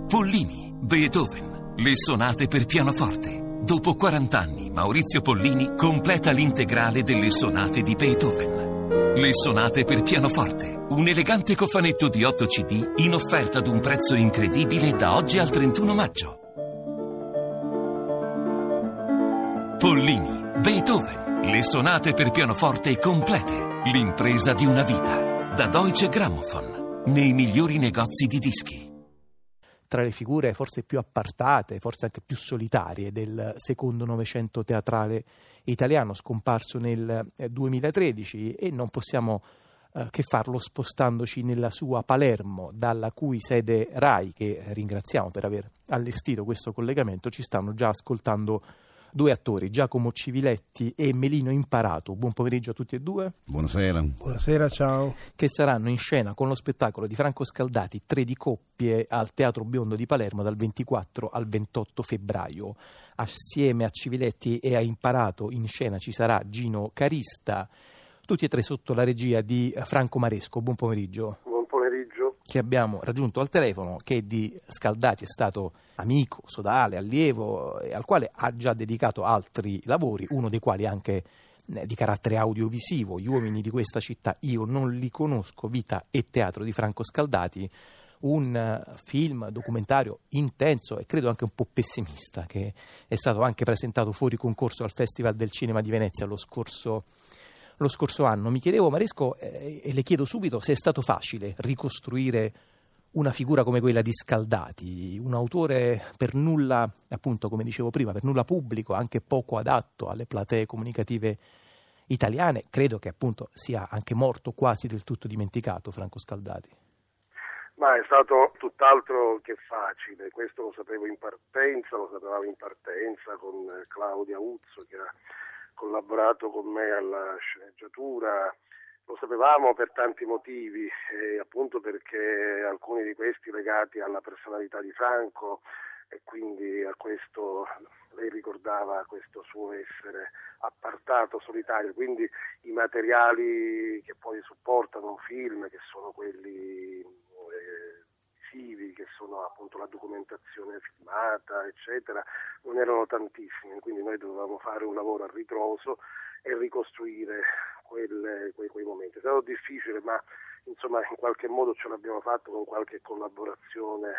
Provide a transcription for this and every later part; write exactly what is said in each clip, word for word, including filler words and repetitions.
Pollini, Beethoven, le sonate per pianoforte. Dopo quaranta anni, Maurizio Pollini completa l'integrale delle sonate di Beethoven. Le sonate per pianoforte, un elegante cofanetto di otto C D in offerta ad un prezzo incredibile da oggi al trentuno maggio. Pollini, Beethoven, le sonate per pianoforte complete, l'impresa di una vita. Da Deutsche Grammophon, nei migliori negozi di dischi. Tra le figure forse più appartate, forse anche più solitarie del secondo Novecento teatrale italiano, scomparso nel duemilatredici, e non possiamo eh, che farlo spostandoci nella sua Palermo, dalla cui sede RAI, che ringraziamo per aver allestito questo collegamento. Ci stanno già ascoltando due attori, Giacomo Civiletti e Melino Imparato. Buon pomeriggio a tutti e due. Buonasera. Buonasera, ciao. Che saranno in scena con lo spettacolo di Franco Scaldati, Tre di coppie, al Teatro Biondo di Palermo dal ventiquattro al ventotto febbraio. Assieme a Civiletti e a Imparato in scena ci sarà Gino Carista, tutti e tre sotto la regia di Franco Maresco. Buon pomeriggio. Buon pomeriggio. Che abbiamo raggiunto al telefono, che di Scaldati è stato amico, sodale, allievo, e al quale ha già dedicato altri lavori, uno dei quali anche eh, di carattere audiovisivo, Gli uomini di questa città io non li conosco, vita e teatro di Franco Scaldati, un uh, film documentario intenso e credo anche un po' pessimista, che è stato anche presentato fuori concorso al Festival del Cinema di Venezia lo scorso Lo scorso anno. Mi chiedevo, Maresco, eh, e le chiedo subito se è stato facile ricostruire una figura come quella di Scaldati, un autore per nulla, appunto, come dicevo prima, per nulla pubblico, anche poco adatto alle platee comunicative italiane. Credo che appunto sia anche morto quasi del tutto dimenticato Franco Scaldati. Ma è stato tutt'altro che facile, questo lo sapevo in partenza, lo sapevamo in partenza con Claudia Uzzo, che ha collaborato con me alla sceneggiatura. Lo sapevamo per tanti motivi, eh, appunto perché alcuni di questi legati alla personalità di Franco, e quindi a questo, lei ricordava questo suo essere appartato, solitario, quindi i materiali che poi supportano un film, che sono quelli eh, visivi, che sono appunto la documentazione filmata, eccetera, non erano tantissimi, quindi noi dovevamo fare un lavoro a ritroso e ricostruire quelle, quei, quei momenti. È stato difficile, ma insomma in qualche modo ce l'abbiamo fatto con qualche collaborazione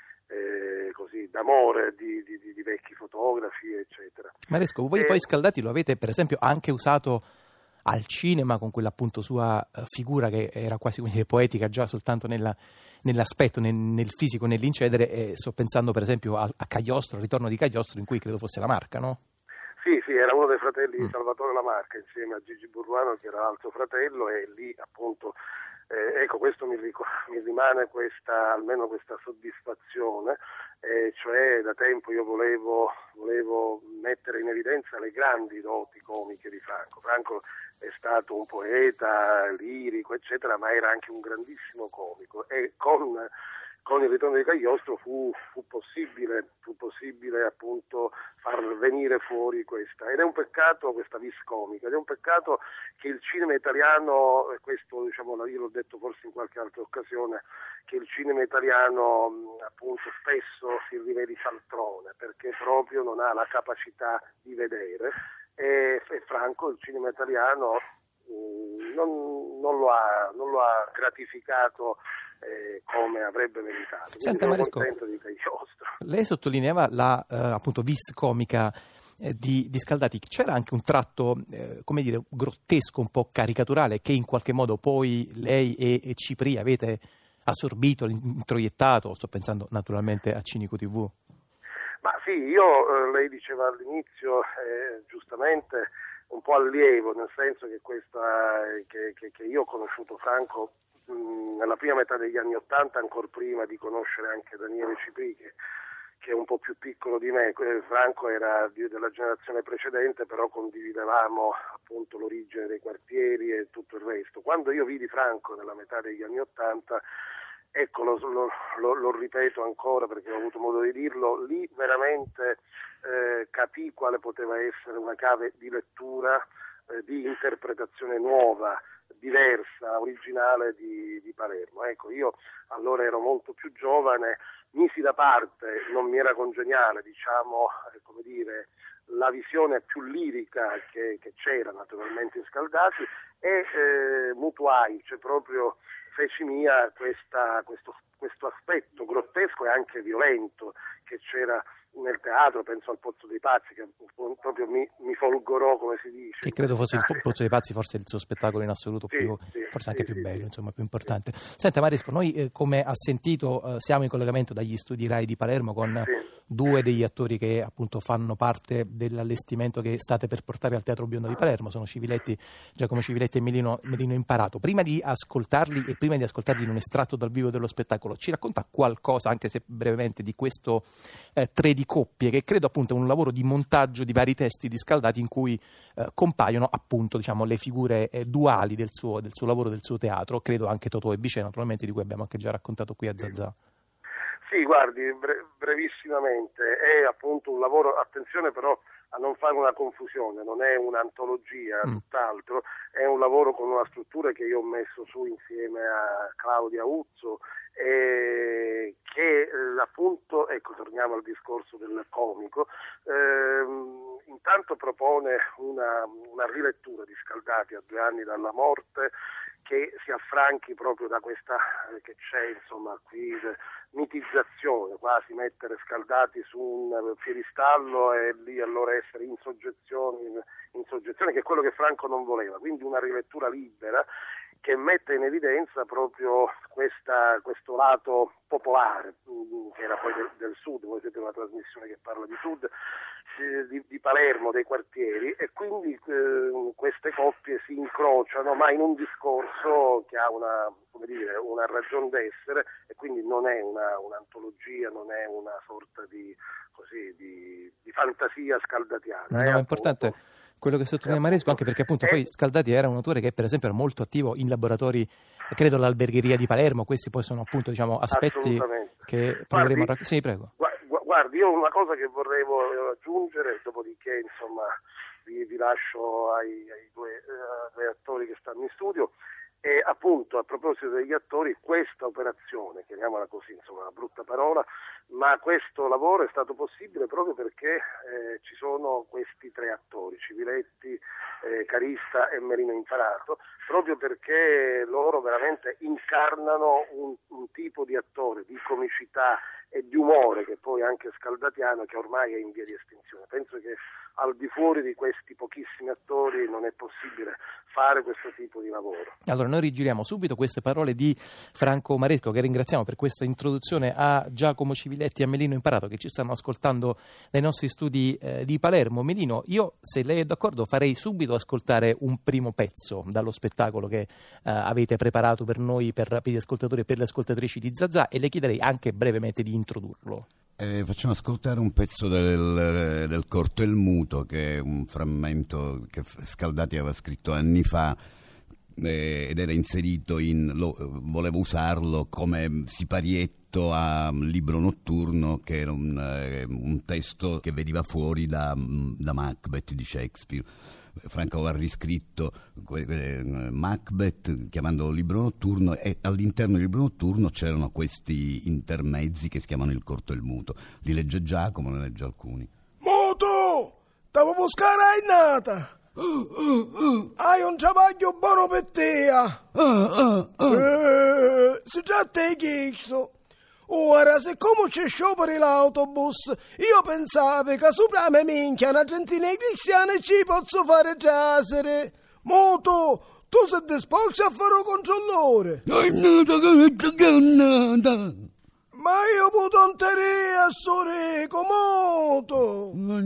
eh, così d'amore di, di, di, di vecchi fotografi, eccetera. Maresco, voi e... poi Scaldati lo avete per esempio anche usato al cinema con quella appunto sua uh, figura che era quasi, come dire, poetica già soltanto nella, nell'aspetto, nel, nel fisico, nell'incedere, e sto pensando per esempio a, a Cagliostro, il ritorno di Cagliostro, in cui credo fosse La Marca, no? Sì, sì, era uno dei fratelli di Mm. Salvatore La Marca insieme a Gigi Burruano, che era l'altro fratello, e lì appunto eh, ecco, questo mi, ric- mi rimane questa, almeno questa soddisfazione, eh, cioè da tempo io volevo, volevo mettere in evidenza le grandi doti comiche di Franco. Franco è stato un poeta lirico, eccetera, ma era anche un grandissimo comico, e con Con il ritorno di Cagliostro fu, fu possibile, fu possibile appunto far venire fuori questa, ed è un peccato, questa vis comica, ed è un peccato che il cinema italiano, e questo diciamo io l'ho detto forse in qualche altra occasione, che il cinema italiano appunto spesso si riveli faltrone, perché proprio non ha la capacità di vedere, e, e Franco il cinema italiano mh, non, non, lo ha, non lo ha gratificato Eh, come avrebbe meritato. Quindi Senta, sono Maresco, contento di Cagliostro. lei sottolineava la eh, appunto vis comica eh, di, di Scaldati. C'era anche un tratto eh, come dire grottesco, un po' caricaturale, che in qualche modo poi lei e, e Cipri avete assorbito, introiettato. Sto pensando naturalmente a Cinico tivù. Ma sì, io eh, lei diceva all'inizio eh, giustamente un po' allievo, nel senso che questa che, che, che io ho conosciuto Franco nella prima metà degli anni Ottanta, ancora prima di conoscere anche Daniele Cipri, che, che è un po' più piccolo di me. Franco era di, della generazione precedente, però condividevamo appunto l'origine dei quartieri e tutto il resto. Quando io vidi Franco nella metà degli anni Ottanta, ecco, lo, lo, lo, lo ripeto ancora perché ho avuto modo di dirlo, lì veramente eh, capì quale poteva essere una chiave di lettura, eh, di interpretazione nuova, diversa, originale di, di Palermo. Ecco, io allora ero molto più giovane, misi da parte, non mi era congeniale, diciamo, eh, come dire, la visione più lirica che, che c'era naturalmente in Scaldati e eh, mutuai, cioè proprio feci mia questa, questo, questo aspetto grottesco e anche violento che c'era nel teatro. Penso al Pozzo dei Pazzi, che proprio mi, mi folgorò, come si dice. Che credo fosse il Pozzo dei Pazzi, forse il suo spettacolo in assoluto sì, più, sì, forse anche sì, più sì, bello, sì. insomma, più importante. Senta Maresco, noi eh, come ha sentito eh, siamo in collegamento dagli studi Rai di Palermo con Sì. due degli attori che appunto fanno parte dell'allestimento che state per portare al Teatro Biondo di Palermo, sono Civiletti, Giacomo Civiletti e Melino, Melino Imparato. Prima di ascoltarli e prima di ascoltarli in un estratto dal vivo dello spettacolo, ci racconta qualcosa, anche se brevemente, di questo eh, tre di coppie, che credo appunto è un lavoro di montaggio di vari testi di Scaldati in cui eh, compaiono appunto, diciamo, le figure eh, duali del suo, del suo lavoro, del suo teatro, credo anche Totò e Bicè, naturalmente, di cui abbiamo anche già raccontato qui a Zazà. Sì, guardi, bre- brevissimamente, è appunto un lavoro, attenzione però a non fare una confusione, non è un'antologia, Mm. tutt'altro, è un lavoro con una struttura che io ho messo su insieme a Claudia Uzzo e che eh, appunto, ecco, torniamo al discorso del comico, ehm, intanto propone una, una rilettura di Scaldati a due anni dalla morte, che si affranchi proprio da questa eh, che c'è, insomma, qui eh, mitizzazione, quasi mettere Scaldati su un eh, piedistallo e lì allora essere in soggezione, in, in soggezione, che è quello che Franco non voleva, quindi una rilettura libera che mette in evidenza proprio questa, questo lato popolare, mh, che era poi del, del Sud. Voi siete una trasmissione che parla di Sud, Di, di Palermo, dei quartieri, e quindi eh, queste coppie si incrociano, ma in un discorso che ha una, come dire, una ragion d'essere, e quindi non è una, un'antologia, non è una sorta di, così, di, di fantasia scaldatiana. No, è è appunto, importante quello che sottolinea Maresco, anche perché appunto è, poi Scaldati era un autore che per esempio era molto attivo in laboratori, credo l'albergheria di Palermo. Questi poi sono appunto, diciamo, aspetti che proveremo a raccontare. Sì, prego. Guardi, io una cosa che vorrei aggiungere, dopodiché insomma vi, vi lascio ai, ai due, uh, due attori che stanno in studio, e appunto a proposito degli attori, questa operazione, chiamiamola così, insomma, una brutta parola, ma questo lavoro è stato possibile proprio perché eh, ci sono questi tre attori, Civiletti, eh, Carista e Melino Imparato, proprio perché loro veramente incarnano un, un tipo di attore, di comicità e di umore che poi anche scaldatiano, che ormai è in via di estinzione. Penso che al di fuori di questi pochissimi attori non è possibile fare questo tipo di lavoro. Allora noi rigiriamo subito queste parole di Franco Maresco, che ringraziamo per questa introduzione, a Giacomo Civiletti e a Melino Imparato, che ci stanno ascoltando dai nostri studi eh, di Palermo. Melino, io, se lei è d'accordo, farei subito ascoltare un primo pezzo dallo spettacolo che eh, avete preparato per noi, per, per gli ascoltatori e per le ascoltatrici di Zazà, e le chiederei anche brevemente di introdurlo. Eh, facciamo ascoltare un pezzo del, del Corto e il Muto, che è un frammento che Scaldati aveva scritto anni fa eh, ed era inserito in, lo, volevo usarlo come siparietto a Libro Notturno, che era un, eh, un testo che veniva fuori da, da Macbeth di Shakespeare. Franco aveva riscritto Macbeth chiamandolo Libro Notturno, e all'interno del Libro Notturno c'erano questi intermezzi che si chiamano il Corto e il Muto. Li legge Giacomo, ne legge alcuni. Muto! Stavo buscare è nata! Uh, uh, uh. Hai un ciabaglio buono per te! Uh, uh, uh. Eh, se già te chiesto. Ora, siccome c'è sciopero l'autobus, io pensavo che sopra me minchia una gentina di cristiani ci posso fare giasere. Moto, tu sei disposto a fare un controllore? No, no, no, ma io putonterei a Soreco, moto! no,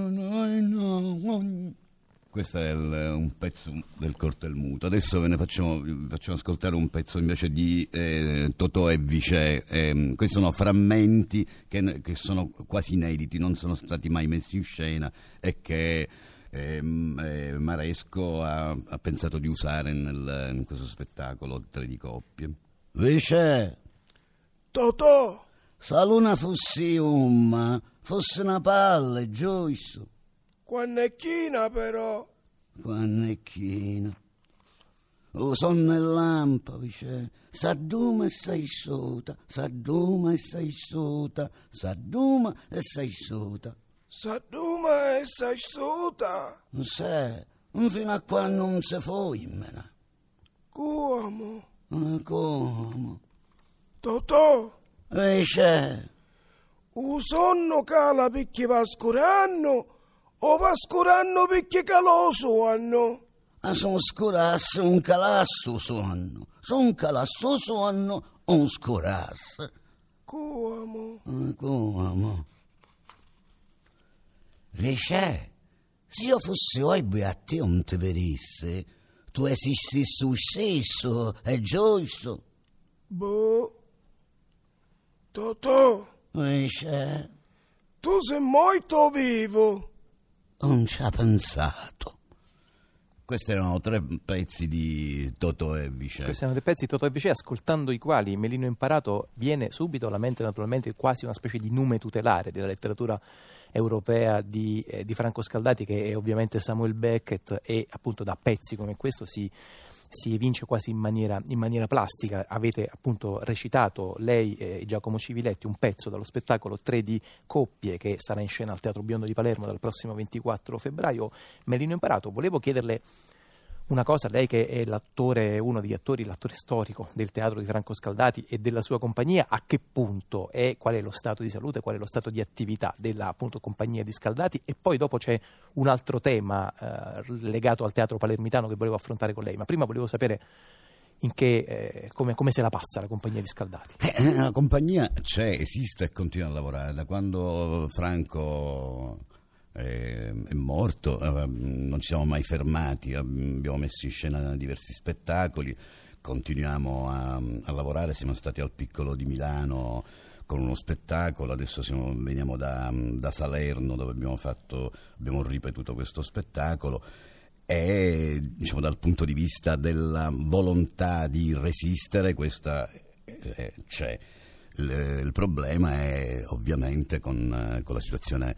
no, no. Questo è il, un pezzo del Corto e il Muto. Adesso ve ne facciamo, facciamo ascoltare un pezzo invece di eh, Totò e Bicè. Eh, questi sono frammenti che, che sono quasi inediti, non sono stati mai messi in scena, e che eh, eh, Maresco ha, ha pensato di usare nel, in questo spettacolo Tre di coppie. Bicè, Totò, se l'una fossi una, fosse una palla, Joyce. quannecchina però. Quannecchina. o sonno e lampa, c'è. S'adduma e sei sota, s'adduma e sei sota, s'adduma e sei sota. S'adduma e sei sota. Non sai, fino a quando non si foimmena. Come? Ah, come? Totò. E c'è. O sonno cala perché va scurando o va scurando perché cala sonno? Ah, sono scurasse un calasso sonno. Son calasso sonno un scurasse. Come? Ah, come? Recè, se io fossi oggi a te non ti vedesse, tu esisti successo, è giusto? Boh. Totò. Recè, Tu sei molto vivo. non ci ha pensato. Questi erano tre pezzi di Totò e Vicè. Questi erano dei pezzi di Totò e Vicè, ascoltando i quali Melino Imparato viene subito alla mente naturalmente quasi una specie di nume tutelare della letteratura europea di, eh, di Franco Scaldati, che è ovviamente Samuel Beckett, e appunto da pezzi come questo si, si evince quasi in maniera, in maniera plastica. Avete appunto recitato lei e Giacomo Civiletti un pezzo dallo spettacolo Tre di Coppie, che sarà in scena al Teatro Biondo di Palermo dal prossimo ventiquattro febbraio. Melino Imparato, volevo chiederle una cosa, lei che è l'attore, uno degli attori, l'attore storico del teatro di Franco Scaldati e della sua compagnia, a che punto è, qual è lo stato di salute, qual è lo stato di attività della appunto compagnia di Scaldati? E poi dopo c'è un altro tema eh, legato al teatro palermitano che volevo affrontare con lei, ma prima volevo sapere in che, eh, come, come se la passa la compagnia di Scaldati. Eh, la compagnia c'è, esiste e continua a lavorare da quando Franco è, è morto. Eh, non ci siamo mai fermati, abbiamo messo in scena diversi spettacoli, continuiamo a, a lavorare. Siamo stati al Piccolo di Milano con uno spettacolo, adesso siamo, veniamo da, da Salerno dove abbiamo fatto abbiamo ripetuto questo spettacolo. E diciamo, dal punto di vista della volontà di resistere, questa eh, c'è. Il, il problema è ovviamente con, con la situazione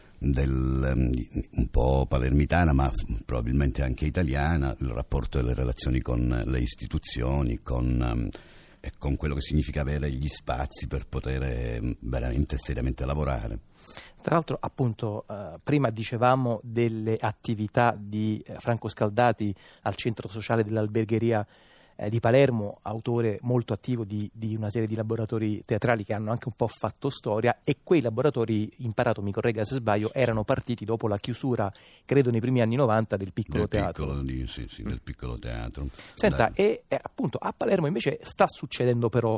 del, un po' palermitana, ma probabilmente anche italiana, il rapporto delle relazioni con le istituzioni, con, eh, con quello che significa avere gli spazi per poter veramente seriamente lavorare. Tra l'altro, appunto, eh, prima dicevamo delle attività di eh, Franco Scaldati al centro sociale dell'Albergheria eh, di Palermo, autore molto attivo di, di una serie di laboratori teatrali che hanno anche un po' fatto storia, e quei laboratori, Imparato mi corregga se sbaglio, erano partiti dopo la chiusura, credo nei primi anni novanta, del Piccolo del Teatro. Piccolo, di, sì, sì, del Piccolo Teatro. Senta, Dai. e eh, appunto a Palermo invece sta succedendo però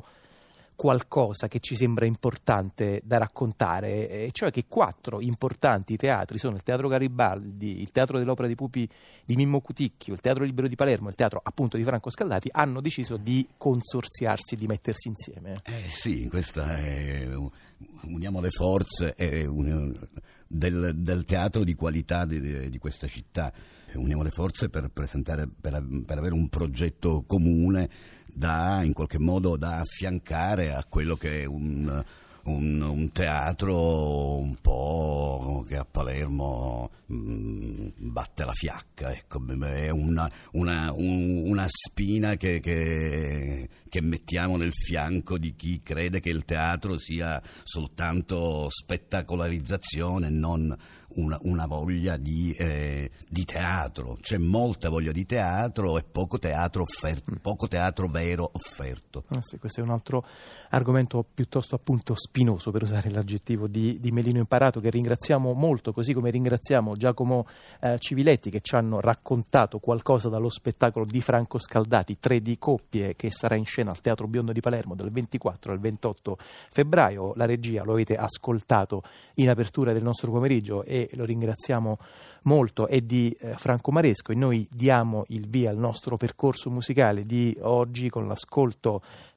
qualcosa che ci sembra importante da raccontare, e cioè che quattro importanti teatri sono il Teatro Garibaldi, il Teatro dell'Opera di Pupi di Mimmo Cuticchio, il Teatro Libero di Palermo e il Teatro appunto di Franco Scaldati hanno deciso di consorziarsi, di mettersi insieme. Eh sì, questa è, uniamo le forze è un, del, del teatro di qualità di, di questa città, uniamo le forze per presentare, per, per avere un progetto comune da in qualche modo da affiancare a quello che è un, un, un teatro un po' che a Palermo mh, batte la fiacca, ecco, è una, una, un, una spina che, che, che mettiamo nel fianco di chi crede che il teatro sia soltanto spettacolarizzazione, non una, una voglia di, eh, di teatro. C'è molta voglia di teatro e poco teatro offerto, poco teatro vero offerto. Ah, sì, questo è un altro argomento piuttosto appunto spinoso, per usare l'aggettivo di, di Melino Imparato, che ringraziamo molto, così come ringraziamo Giacomo eh, Civiletti, che ci hanno raccontato qualcosa dallo spettacolo di Franco Scaldati, Tre di Coppie, che sarà in scena al Teatro Biondo di Palermo dal ventiquattro al ventotto febbraio. La regia lo avete ascoltato in apertura del nostro pomeriggio e lo ringraziamo molto, è di eh, Franco Maresco, e noi diamo il via al nostro percorso musicale di oggi con l'ascolto